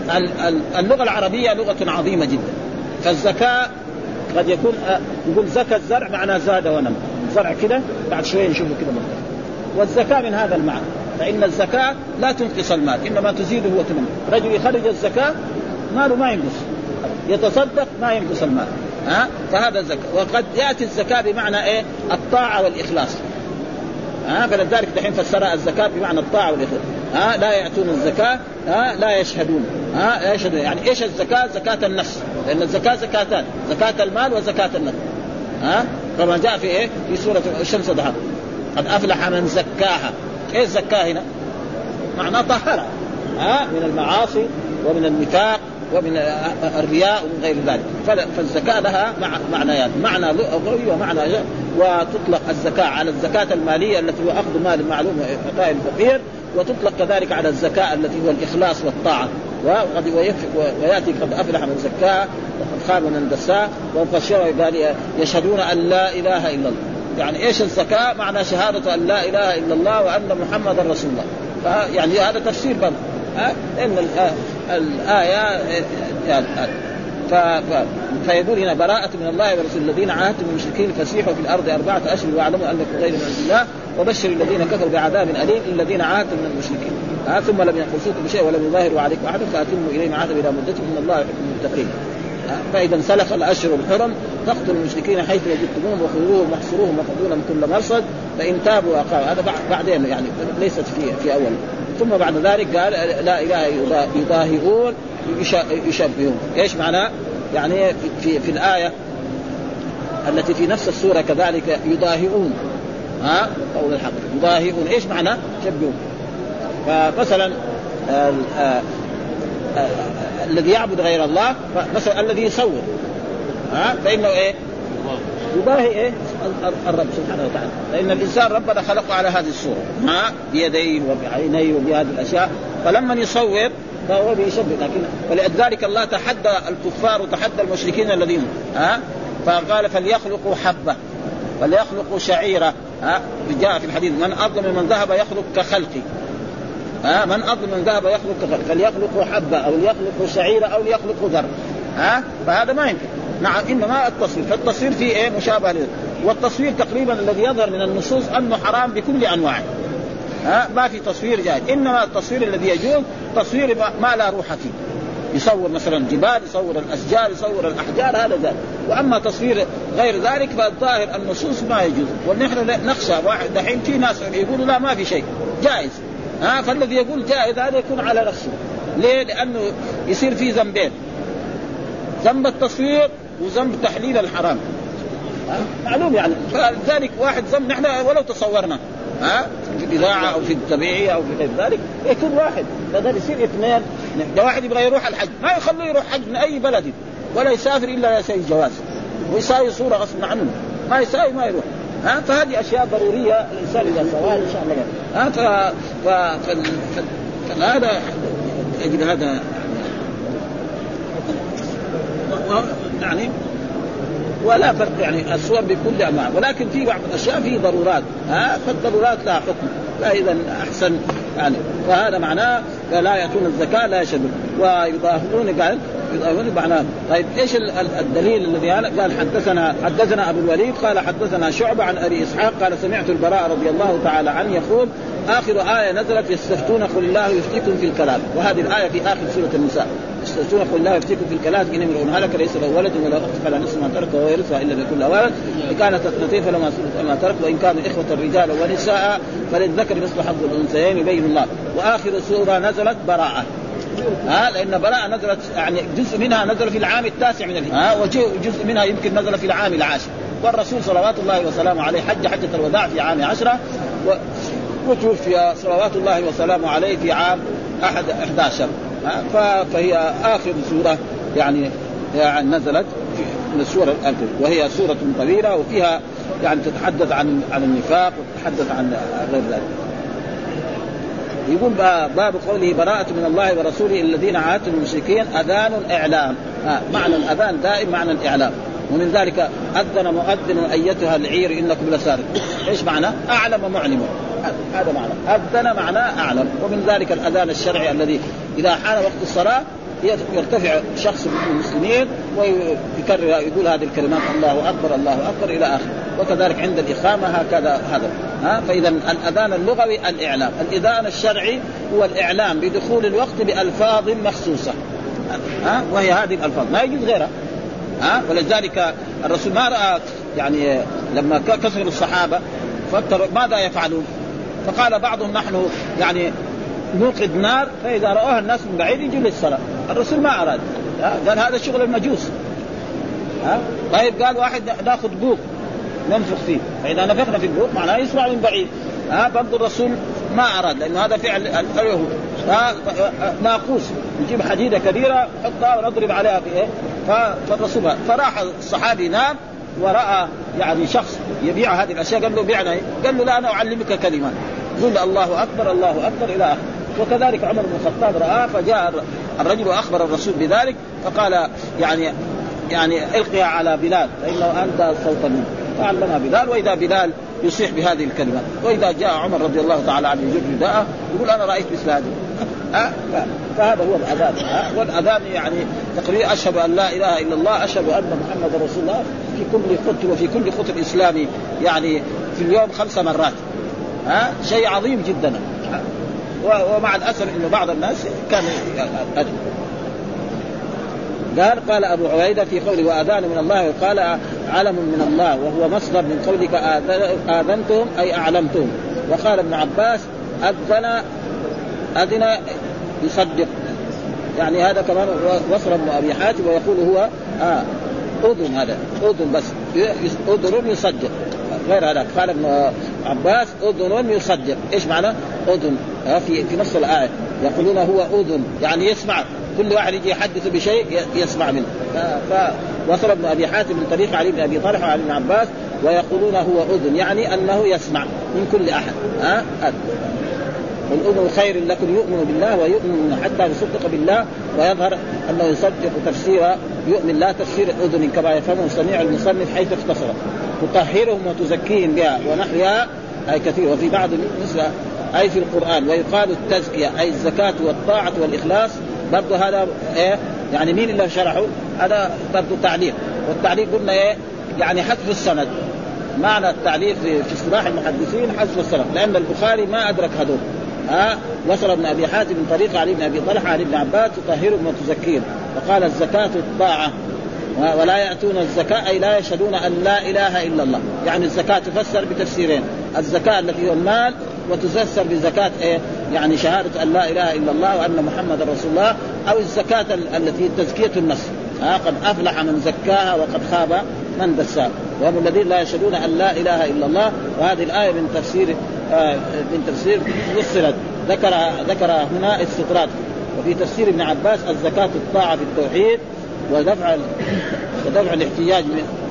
اللغة العربية لغة عظيمة جدا. فالزكاة قد يكون يقول زكى الزرع معنى زاد ونمى. زرع كده بعد شوية نشوفه كده مرتفع. والزكاة من هذا المعنى. فإن الزكاة لا تنقص المال إنما تزيده وتنمى. رجل يخرج الزكاة ماله ما ينقص، يتصدق ما ينقص المال. ها فهذا الزكاة. وقد يأتي الزكاة بمعنى إيه؟ الطاعة والإخلاص. ها فلذلك دحين فسر الزكاة بمعنى الطاعة والإخلاص. ها لا يأتون الزكاة ها لا يشهدون. ها لا يشهدون يعني إيش الزكاة؟ زكاة النفس، لأن الزكاة زكاتان، زكاة المال وزكاة النفس. ها كما جاء في إيه في سورة الشمس ضحاها قد أفلح من زكاها. إيه الزكاة هنا؟ معنى طهرة ها من المعاصي ومن النفاق ومن الرياء ومن غير ذلك. فالزكاة لها معنيات، معنى لغوي ومعنى جاء. وتطلق الزكاة على الزكاة المالية التي هو أخذ مال معلوم وإعطاء الفقير، وتطلق كذلك على الزكاة التي هو الإخلاص والطاعة. وقد ويأتي قد أفلح من زكاها وقد خاب من دساها وفشر قال يشهدون أن لا إله إلا الله. يعني إيش الزكاة؟ معنى شهادة أن لا إله إلا الله وأن محمد رسول الله. يعني هذا تفسير بل إن الآية يعني فيقول هنا براءة من الله ورسول الذين عاهدتم المشركين فسيحوا في الأرض أربعة أشهر واعلموا أنكم غير معجز الله وبشر الذين كفروا بعذاب أليم الذين عاهدتم من المشركين. آه ثم لم ينقصوكم بشيء ولم يظاهروا عليكم أحدا فأتموا إليهم عهدا إلى مدتهم إن الله يحب المتقين. آه فإذا انسلخ الأشهر الحرم فاقتلوا المشركين حيث وجدتموهم وخذوهم واحصروهم وخذوهم كل مرصد فإن تابوا وأقاموا. هذا بعدين يعني ليست في في أول. ثم بعد ذلك قال لا إله يضاهئون يشبهون. إيش معناه؟ يعني في في الآية التي في نفس السورة كذلك يضاهئون. ها قول الحق يضاهئون. إيش معناه؟ يشبهون. فمثلا الذي يعبد غير الله مثلا الذي يصور ها فإنه إيه؟ يضاهي إيه؟ الرب سبحانه وتعالى. لأن الإنسان ربنا خلقه على هذه الصورة ها بيديه وبعينيه وبهذه الأشياء، فلما يصور فهو بيشبه. لكن ولذلك الله تحدى الكفار وتحدى المشركين الذين ها فقال فليخلقوا حبة فليخلقوا شعيرة. ها جاء في الحديث من أظلم من ذهب يخلق كخلقي. ها من أظلم من ذهب يخلق كخلقي فليخلقوا حبة أو ليخلقوا شعيرة أو ليخلقوا ذر. ها فهذا ما يمكن. نعم إنما التصوير. فالتصوير فيه إيه؟ مشابه له. والتصوير تقريبا الذي يظهر من النصوص أنه حرام بكل أنواعه. ها ما في تصوير جائز. إنما التصوير الذي يجوز تصوير ما لا روح فيه. يصور مثلا جبال، يصور الأشجار، يصور الأحجار، هذا ذلك. وأما تصوير غير ذلك فالظاهر النصوص ما يجوز. ونحن نخشى واحد دحين في ناس يقولوا لا ما في شيء جائز. ها فالذي يقول جائز هذا يكون على نفسه. ليه؟ لأنه يصير فيه ذنبين، ذنب التصوير وذنب تحليل الحرام. معلوم يعني. فذلك واحد ذنب نحن ولو تصورنا ها في الإذاعة أو في الطبيعية أو في غير ذلك يكون واحد، بدل يصير اثنين. ده واحد يبغى يروح الحج ما يخليه يروح حج من أي بلد ولا يسافر إلا يسوي جواز ويساوي صورة غصب عنه ما يساوي ما يروح. ها فهذه أشياء ضرورية الإنسان إذا سواها إن شاء الله. ها ف ف فهذا يجب هذا يعني ولا فرق يعني الصور بكل أنواع. ولكن في بعض الأشياء فيه ضرورات. ها فالضرورات لا حكم. فإذا أحسن يعني. فهذا معناه لا يأتون الزكاة لا يشهدون ويضاهئون. قال يضاهئون معناه. طيب ايش الدليل الذي قال حدثنا حدثنا ابو الوليد قال حدثنا شعبة عن ابي اسحاق قال سمعت البراء رضي الله تعالى عنه يقول اخر آية نزلت يستفتون قل الله يفتيكم في الكلام، وهذه الآية في اخر سورة النساء. يستفتون قل الله يفتيكم في الكلام إن امرؤ هلك ليس له ولد ولا اخت فلا نصف ما ترك وهو يرثها الا بكل ولد ان كانت اثنتين فلما ثلث ما ترك وان كانوا اخوة رجال ونساء فللذكر مثل حظ الانثيين يبين الله. واخر سورة نزلت براءة، ها لأن براءة نزلت يعني جزء منها نزل في العام التاسع من الهجرة، ها وجزء منها يمكن نزل في العام العاشر. والرسول صلوات الله وسلامه عليه حج حجة الوداع في عام عشرة وتوفي صلوات الله وسلامه عليه في عام أحد أحد عشر. فهي آخر سورة يعني, يعني نزلت من السورة الألف، وهي سورة طويلة وفيها يعني تتحدث عن عن النفاق وتتحدث عن غير ذلك. يقول باب قوله براءة من الله ورسوله الذين عاهدتم المشركين أذان إعلام. آه معنى الأذان دائم معنى الإعلام، ومن ذلك أذن مؤذن أيتها العير إنكم لسارق. إيش معنى؟ أعلم معلم، هذا معنى أذن معناه أعلم. ومن ذلك الأذان الشرعي الذي إذا حان وقت الصلاة يرتفع شخص من المسلمين ويكرر يقول هذه الكلمات الله أكبر الله أكبر إلى آخر. وكذلك عند الإقامة هكذا هذا. ها فإذا الأذان اللغوي الإعلام، الأذان الشرعي هو الإعلام بدخول الوقت بألفاظ مخصوصة، ها وهي هذه الألفاظ ما يجوز غيرها. ها ولذلك الرسول ما رأى يعني لما كثر الصحابة فكروا ماذا يفعلون، فقال بعضهم نحن يعني نوقد نار فإذا رأوها الناس من بعيد يجوا للصلاة. الرسول ما أراد، قال هذا شغل المجوس. ها طيب قال واحد ناخذ بوق ننفخ فيه، فإذا نفخنا في البوق معناه يسمع من بعيد. ها برضو الرسول ما أراد لأنه هذا فعل اليهود. ناقوس نجيب حديدة كبيرة نحطها ونضرب عليها في إيه، فالرسول فراح الصحابي نام ورأى يعني شخص يبيع هذه الأشياء قال له بيعنا، قال له لا أنا أعلمك كلمات، قل الله أكبر الله أكبر إلى آخر. وكذلك عمر بن الخطاب رأى فجاء الرجل وأخبر الرسول بذلك فقال يعني يعني القيها على بلال فإنه أنت صوت منه، فعلمها بلال. وإذا بلال يصيح بهذه الكلمات، وإذا جاء عمر رضي الله تعالى عنه يجر رداءه يقول أنا رأيت مثل هذه. أه؟ فهذا هو الأذان. أه؟ والأذان يعني تقرير أشهد أن لا إله إلا الله أشهد أن محمد رسول الله في كل خطوة وفي كل خطوة إسلامي يعني في اليوم خمس مرات. ها أه؟ شيء عظيم جدا. أه؟ ومع الأسف إنه بعض الناس كان أدب. قال قال أبو عبيدة في قوله وأذان من الله وقال علم من الله وهو مصدر من قولك آذنتهم أي أعلمتهم. وقال ابن عباس أذن أذن يصدق، يعني هذا كمان وصل ابن أبي حاتم ويقول هو آه أذن، هذا أذن بس أذن يصدق غير هذا. قال ابن عباس أذن يصدق. إيش معنى أذن؟ آه في في نص الآية يقولون هو أذن يعني يسمع، كل واحد يجي يحدث بشيء يسمع منه. فوصل ابن أبي حاتم من طريق علي بن أبي طلحة وعلي بن عباس ويقولون هو أذن يعني أنه يسمع من كل أحد. ها أه؟ والأذن خير لكم يؤمن بالله ويؤمن حتى يصدق بالله ويظهر أنه يصدق تفسير يؤمن لا تفسير أذن كما يفهمه صنيع المصنف حيث اختصر تطهرهم وتزكيهم بها ونحيها أي كثير. وفي بعض مثل أي في القرآن ويقال التزكية أي الزكاة والطاعة والإخلاص برضو هذا إيه يعني مين اللي شرحه؟ هذا برضو تعليق، والتعليق قلنا إيه يعني حذف السند. معنى التعليق في اصطلاح المحدثين حذف السند، لأن البخاري ما أدرك هذول. ها وصل ابن أبي حاتم من طريق علي بن أبي طلحة علي بن عباس تطهرهم وتزكيهم. وقال الزكاة الطاعة ولا يأتون الزكاة أي لا يشهدون أن لا إله إلا الله. يعني الزكاة تفسر بتفسيرين، الزكاة التي هو المال وتفسر بزكاة إيه يعني شهادة أن لا إله إلا الله وأن محمد رسول الله، أو الزكاة التي تزكية النفس. ها قد أفلح من زكاها وقد خاب من دساها وهم الذين لا يشهدون أن لا إله إلا الله. وهذه الآية من تفسير آه من تفسير فصلت ذكر ذكر هنا استطراد. وفي تفسير ابن عباس الزكاة الطاعة في التوحيد ودفع ودفع الاحتجاج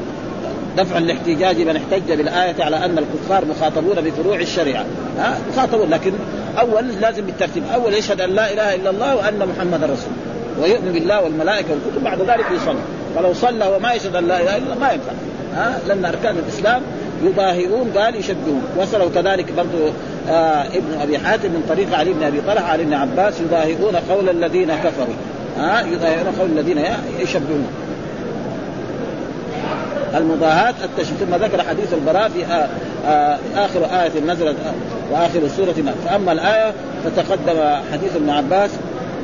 دفع الاحتجاج من احتج بالآية على أن الكفار مخاطبون بفروع الشريعة. ها مخاطبون لكن أول لازم بالترتيب، أول يشهد أن لا إله إلا الله وأن محمد رسول ويؤمن بالله والملائكة والكتب، بعد ذلك يصلي. فلو صلى وما يشهد أن لا إله إلا الله ما ينفع. ها لأن أركان الإسلام يضاهئون قال يشبهون. وصلوا كذلك برضو آه ابن أبي حاتم من طريق علي بن أبي طلحة علي بن عباس يضاهئون قول الذين كفروا. ها يضاهئون قول الذين يشبهون. المضاهاة التشبيه. ثم ذكر حديث البراء في آخر آية نزلت وآخر سورة. فأما الآية فتقدم حديث ابن عباس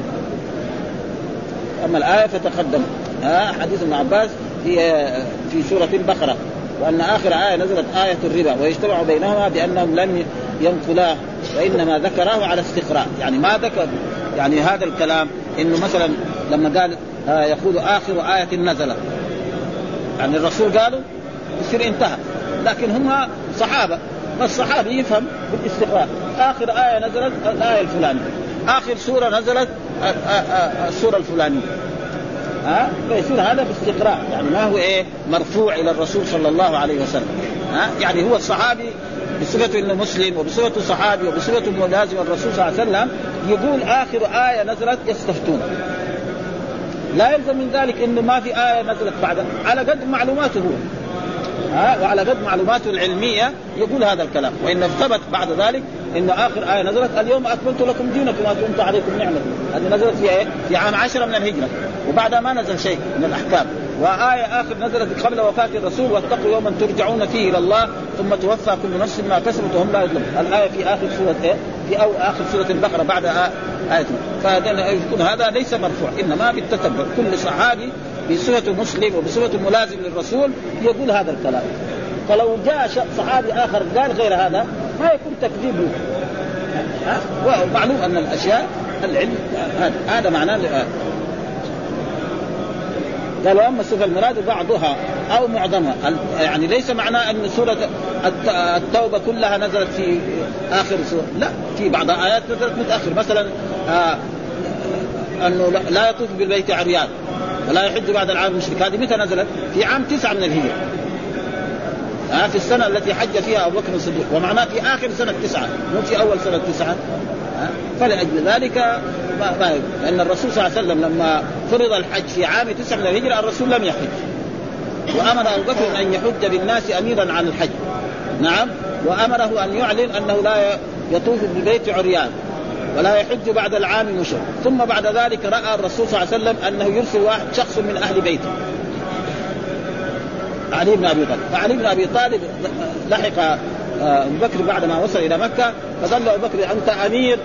أما الآية فتقدم حديث ابن عباس في في سورة البقرة، وأن آخر آية نزلت آية الربا، ويجتمع بينهما بأنهم لم ينقلاه، وإنما ذكره على استقراء. يعني ما ذكر يعني هذا الكلام إنه مثلا لما قال يقول آخر آية نزلت، يعني الرسول قالوا يصير انتهى، لكن هم صحابة، فالصحابي يفهم بالاستقراء. آخر آية نزلت الآية الفلانية، آخر سورة نزلت السورة الفلانية، ها فيصير هذا باستقراء، يعني ما هو إيه مرفوع إلى الرسول صلى الله عليه وسلم. ها يعني هو الصحابي بصفته إنه مسلم وبصفته صحابي وبصفته ملازم الرسول صلى الله عليه وسلم يقول آخر آية نزلت يستفتون، لا يلزم من ذلك إنه ما في آية نزلت بعد، على قد معلوماته هو ها وعلى قد معلوماته العلمية يقول هذا الكلام. وإن ثبت بعد ذلك إن آخر آية نزلت اليوم أكملت لكم دينكم وأتممت عليكم نعمتي، هذه نزلت في إيه؟ في عام عشرة من الهجرة، وبعدها ما نزل شيء من الأحكام. وآية آخر نزلت قبل وفاة الرسول واتقوا يوما ترجعون فيه إلى الله ثم توفى كل نفس ما كسبت وهم لا يظلمون. الآية في آخر سورة إيه؟ في أو آخر سورة البقرة بعد آية. فيكون هذا ليس مرفوع، إنما بالتتبع. كل صحابي بصفته مسلم وبصفته ملازم للرسول يقول هذا الكلام. فلو جاء صحابي آخر قال غير هذا ما يكون تكذيب له. ومعلوم أن الأشياء العلم هذا معناه. قالوا أما الصفة المراد بعضها أو معظمها، يعني ليس معناه أن سورة التوبة كلها نزلت في آخر سورة، لا، في بعض آيات نزلت متأخر. مثلا آه أنه لا يطوف بالبيت عريان ولا يحج بعد العام المشرك، هذه متى نزلت؟ في عام تسعة من الهجرة، آه في السنة التي حج فيها أبو بكر الصديق، ومعناه في آخر سنة تسعة مو في أول سنة تسعة. آه فلأجل ذلك ما ما لأن الرسول صلى الله عليه وسلم لما فرض الحج في عام تسعة من الهجرة الرسول لم يحج، وأمر أبو بكر أن يحج بالناس أميرا عن الحج. نعم، وأمره أن يعلن أنه لا يطوف بالبيت عريان ولا يحج بعد العام مشرك. ثم بعد ذلك رأى الرسول صلى الله عليه وسلم أنه يرسل واحد شخص من أهل بيته، علي بن أبي طالب. فعلي بن أبي طالب لحق أبو بكر بعد ما وصل إلى مكة، فقال له أبو بكر أنت أمير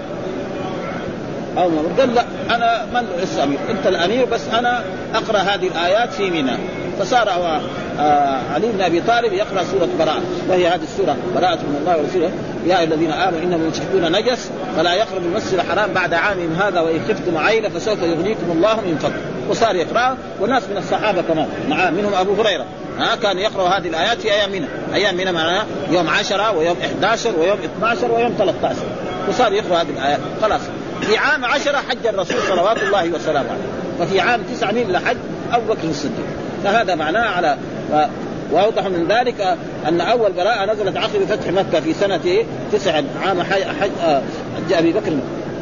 أو ما؟ قال لا، أنا من رئيس أمير، أنت الأمير، بس أنا أقرأ هذه الآيات في منى. فصار علي بن أبي طالب يقرأ سورة براءة، وهي هذه السورة براءة من الله ورسوله يا أيها الذين آمنوا إنهم المشركون نجس فلا يقربوا المسجد الحرام بعد عامهم هذا وإن خفتم عيلة فسوف يغنيكم الله من فضله. وصار يقرأ، والناس من الصحابة كمان معاه منهم أبو هريرة ها كان يقرأ هذه الآيات في أيام منى. أيام منى معناها يوم عشرة ويوم إحدى عشر ويوم اثني عشر ويوم ثلاثة عشر، وصار يقرأ هذه الآيات. خلاص في عام عشرة حج الرسول صلوات الله وسلامه عليه، وفي عام تسعة من لحج أبو بكر الصديق. فهذا معناه على و... وأوضح من ذلك أن أول براءة نزلت عقب فتح مكة في سنة تسعة عام حج, حج... حج أبي بكر.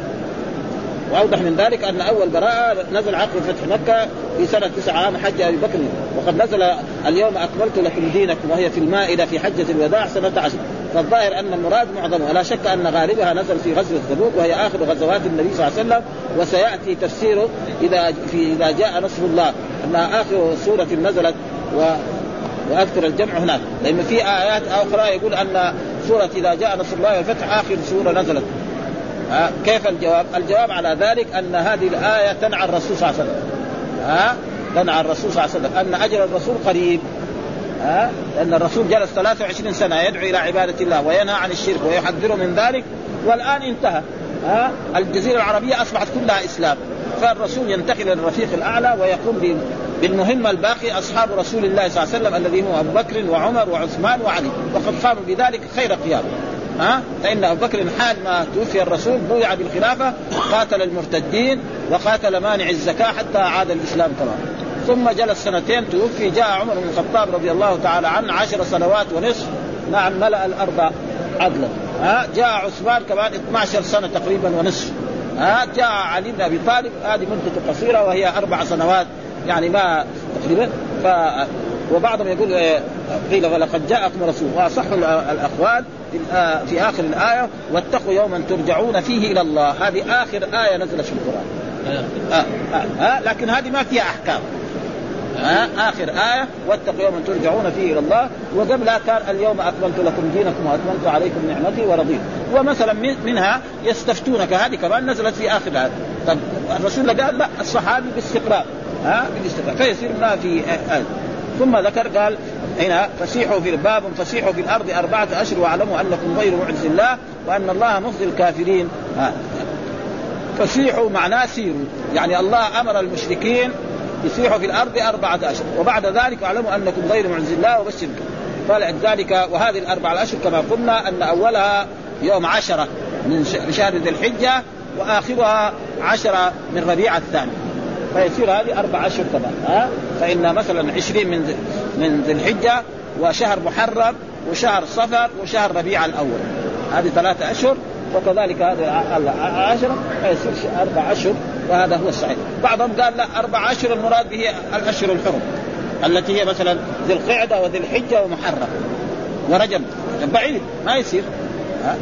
وأوضح من ذلك أن أول براءة نزل عقب فتح مكة في سنة تسعة عام حج أبي بكر. وقد نزل اليوم أكملت لكم دينكم وهي في المائدة في حجة الوداع سنة عشر. فالظاهر أن المراد معظم، ولا شك أن غالبها نزل في غزوة تبوك وهي آخر غزوات النبي صلى الله عليه وسلم. وسيأتي تفسيره إذا في إذا جاء نصر الله أنها آخر سورة نزلت، و وأذكر الجمع هناك، لأن في آيات أخرى يقول أن سورة إذا جاء نصر الله والفتح آخر سورة نزلت. ها كيف الجواب؟ الجواب على ذلك أن هذه الآية تنعى الرسول صلى الله عليه وسلم، ها تنعى الرسول صلى الله عليه وسلم أن أجل الرسول قريب. ها لأن الرسول جلس ثلاثة وعشرين سنة يدعو إلى عبادة الله وينهى عن الشرك ويحذره من ذلك، والآن انتهى. ها الجزيرة العربية أصبحت كلها إسلام، فالرسول ينتقل للرفيق الأعلى ويقوم بالمهمة الباقي أصحاب رسول الله صلى الله عليه وسلم الذي هو أبو بكر وعمر وعثمان وعلي، وقد قاموا بذلك خير قيام. ها فإن أبو بكر حال ما توفي الرسول بويع بالخلافة قاتل المرتدين وقاتل مانع الزكاة حتى عاد الإسلام تمام. ثم جلس سنتين توفي، جاء عمر بن الخطاب رضي الله تعالى عنه عشر سنوات ونصف، نعم ملأ الأرض عدلا. ها جاء عثمان كمان اثنتي عشرة سنة تقريبا ونصف. ها جاء علي بن أبي طالب هذه مدة قصيرة وهي أربع سنوات يعني ما تقريبا. ف... وبعضهم يقول قيل ولقد جاءكم رسول. وصح الأقوال في آخر الآية واتقوا يوما ترجعون فيه إلى الله. هذه آخر آية نزلت في القرآن. آه آه آه لكن هذه ما فيها أحكام. آه آخر آية واتقوا يوما ترجعون فيه إلى الله. وقبلها كان اليوم أكملت لكم دينكم وأتممت عليكم نعمتي ورضيت. ومثلا منها يستفتونك، هذه كمان نزلت في آخر الآية. طب الرسول قال لا، الصحابي باستقرار ها بالاستقرار فيصير ما في آية. ثم ذكر قال هنا فسيحوا في الباب فسيحوا في الأرض أربعة أشهر واعلموا أنكم غير معجز الله وأن الله مخزي الكافرين. ها فسيحوا معناه سيروا، يعني الله أمر المشركين يسيحوا في الأرض أربعة أشهر وبعد ذلك اعلموا أنكم غير معجز الله وبشر. فلذلك وهذه الأربعة الأشهر كما قلنا أن أولها يوم عشرة من شهر ذي الحجة وآخرها عشرة من ربيع الثاني، فيصير هذه أربع أشهر كمان. ها فإن مثلا عشرين من ذي من ذي الحجة وشهر محرم وشهر صفر وشهر ربيع الأول، هذه ثلاثة أشهر. وكذلك هذه عشرة فيصير أربع أشهر، وهذا هو الصحيح. بعضهم قال لا، أربع أشهر المراد به الأشهر الحرم التي هي مثلا ذي القعدة وذي الحجة ومحرم ورجب، بعيد ما يصير. ها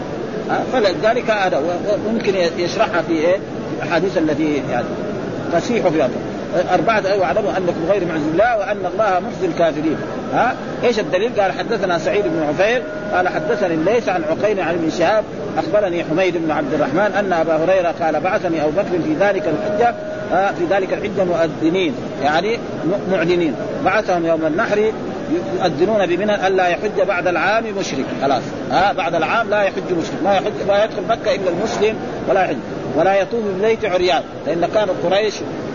فلذلك هذا وممكن يشرحها في ايه الأحاديث التي يعني فسيحوا في الأرض أربعة أيوة واعلموا أنكم غير معجز الله وأن الله مخزي الكافرين. ها إيش الدليل؟ قال حدثنا سعيد بن عفير قال حدثني الليث عن عقيل عن ابن شهاب أخبرني حميد بن عبد الرحمن أن أبا هريرة قال بعثني أبو بكر في ذلك الحجة في ذلك الحجة مؤذنين يعني معلنين، بعثهم يوم النحر يؤذنون بمنى ألا يحج بعد العام مشرك. خلاص ها بعد العام لا يحج مشرك، ما يحج لا يدخل مكة إلا المسلم ولا يحج ولا يطوف بالبيت عريان، لأن كانوا قريش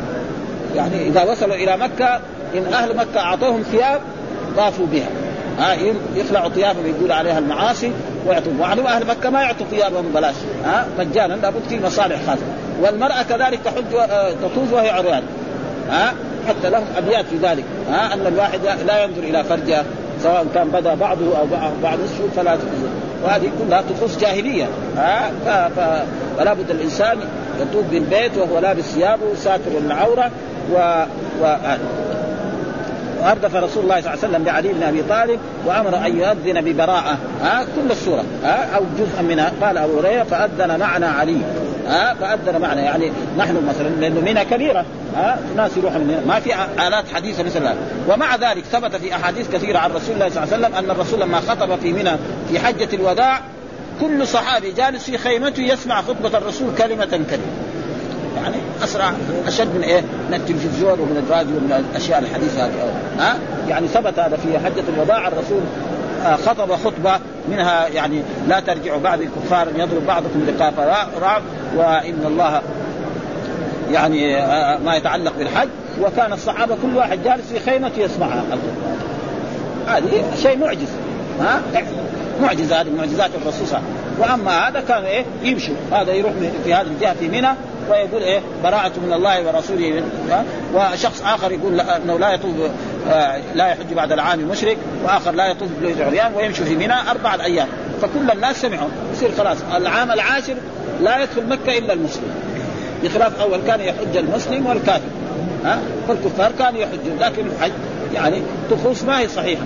يعني إذا وصلوا إلى مكة إن أهل مكة أعطوهم ثياب طافوا بها، ها يخلعوا ثيابهم يقول عليها المعاصي ويعطوا. وعلم أهل مكة ما يعطوا ثيابهم بلاش، ها مجانا، لابد في مصالح خاصة. والمرأة كذلك تحج تطوف وهي عريان، ها حتى لهم أبيات في ذلك، ها أن الواحد لا ينظر إلى فرجه سواء كان بدأ بعضه أو بعض الشهور فلا تجوز. وهذه كلها طقوس جاهلية، ها فلا بد الإنسان يطوف بالبيت وهو لابس ثيابه ساتر العورة. و, و... وأردف رسول الله صلى الله عليه وسلم بعلي بن أبي طالب وأمر أن يؤذن ببراءة، ها كل السورة ها أو جزء منها. قال أبو هريرة فأذن معنا علي، ها فأذن معنا يعني نحن مثلا لأنه منها كبيرة، ها الناس يروحوا من ما في آلات حديثة مثل هذا. ومع ذلك ثبت في أحاديث كثيرة عن رسول الله صلى الله عليه وسلم أن الرسول لما خطب في منى في حجة الوداع كل صحابي جالس في خيمته يسمع خطبة الرسول كلمة كلمة، يعني أسرع أشد من إيه من التلفزيون ومن الراديو ومن الأشياء الحديثة هذه. ها يعني ثبت هذا في حجة الوداع الرسول خطب خطبة منها يعني لا ترجعوا بعد الكفار يضرب بعضكم رقاب رعب وإن الله يعني ما يتعلق بالحج. وكان الصحابة كل واحد جالس في خيمته يسمعها. هذه شيء معجز، ها معجزة، هذه معجزات الرسول صلى الله عليه وسلم. وأما هذا كان إيه يمشي، هذا يروح في هذه الجهة في منى ويقول إيه براءة من الله ورسوله، وشخص آخر يقول أنه لا يطوف لا يحج بعد العام مشرك، وآخر لا يطوف بالبيت عريان ويمشي في منى أربعة أيام. فكل الناس سمعوا يصير خلاص العام العاشر لا يدخل مكة إلا المسلم، بخلاف أول كان يحج المسلم والكافر، ها فالكفار كانوا يحجون، لكن الحج يعني طقوس ما هي صحيحة.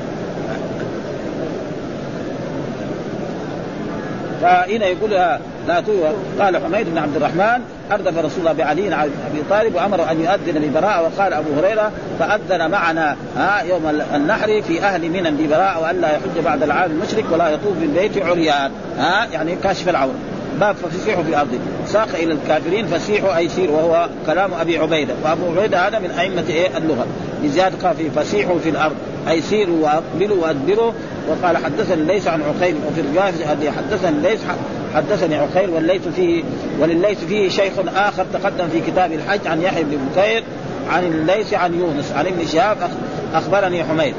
فهنا يقولها لا توه. قال حميد بن عبد الرحمن أردف رسول الله بعلي بن أبي طالب وأمر أن يؤذن ببراءة. وقال أبو هريرة فأذن معنا ها يوم النحر في أهل منى ببراءة وأن لا يحج بعد العام المشرك ولا يطوف بالبيت عريان، ها يعني كاشف العورة. باب فسيحوا في الأرض ساق إلى الكافرين فسيحوا أي سير، وهو كلام أبي عبيدة. وأبو عبيدة هذا من أئمة إيه اللغة بزيادة قال فسيحوا في الأرض أي سيروا وأقبلوا وأدبروا. وقال حدثني ليس عن عقيل، وفي الرواية حدثني ليس حدثني عقيل والليث فيه ولليث فيه شيخ آخر تقدم في كتاب الحج عن يحيى بن بكير عن الليث عن يونس عن ابن شهاب أخبرني حميد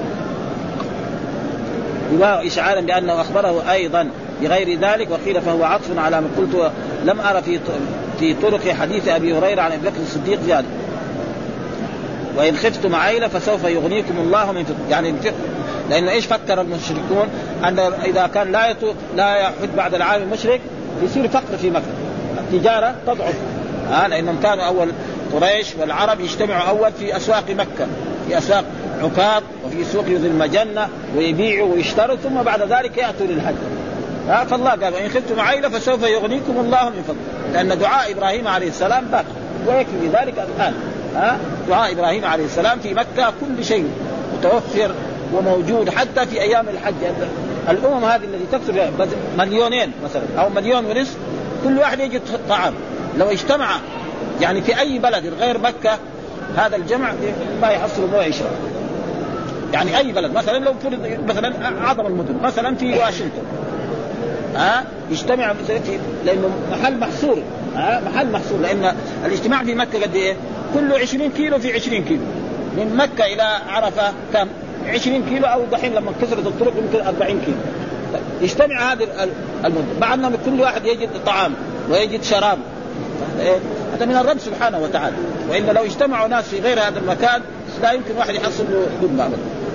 إشعارا بأنه أخبره أيضا بغير ذلك. وقيل فهو عطف على ما قلت لم أرى في في طرق حديث أبي هريرة عن أبي بكر الصديق زيادة. وإن خفتم عيلة فسوف يغنيكم الله من فضله، يعني لأنه إيش فكر المشركون أن إذا كان لا يطو لا يحج بعد العام المشرك يصير فقر في مكة، التجارة تضعف، آه لأنهم كانوا أول قريش والعرب يجتمعوا أول في أسواق مكة، في أسواق عكاظ وفي سوق ذي المجنة ويبيعوا ويشتروا ثم بعد ذلك يأتوا للحج. ها فالله قال وإن خفتم عائلة فسوف يغنيكم الله من فضله، لأن دعاء إبراهيم عليه السلام باقي ويكفي ذلك الآن. ها دعاء إبراهيم عليه السلام في مكة كل شيء متوفر وموجود حتى في أيام الحج. الأمم هذه التي تكثر مليونين مثلا أو مليون ونصف كل واحد يجد طعام، لو اجتمع يعني في أي بلد غير مكة هذا الجمع ما يحصل موعشرة عشرة. يعني أي بلد مثلا لو فرض مثلا أعظم المدن مثلا في واشنطن ها يجتمع في لأنه محل محصور ها محل محصور، لأن الاجتماع في مكة قد إيه كله عشرين كيلو في عشرين كيلو، من مكة إلى عرفة كم عشرين كيلو، أو دحين لما كسرت الطرق يمكن أربعين كيلو. يجتمع هذه المدن مع أن كل واحد يجد طعام ويجد شراب، هذا من الرب سبحانه وتعالى. وإن لو اجتمعوا ناس في غير هذا المكان لا يمكن واحد يحصل له خدمة.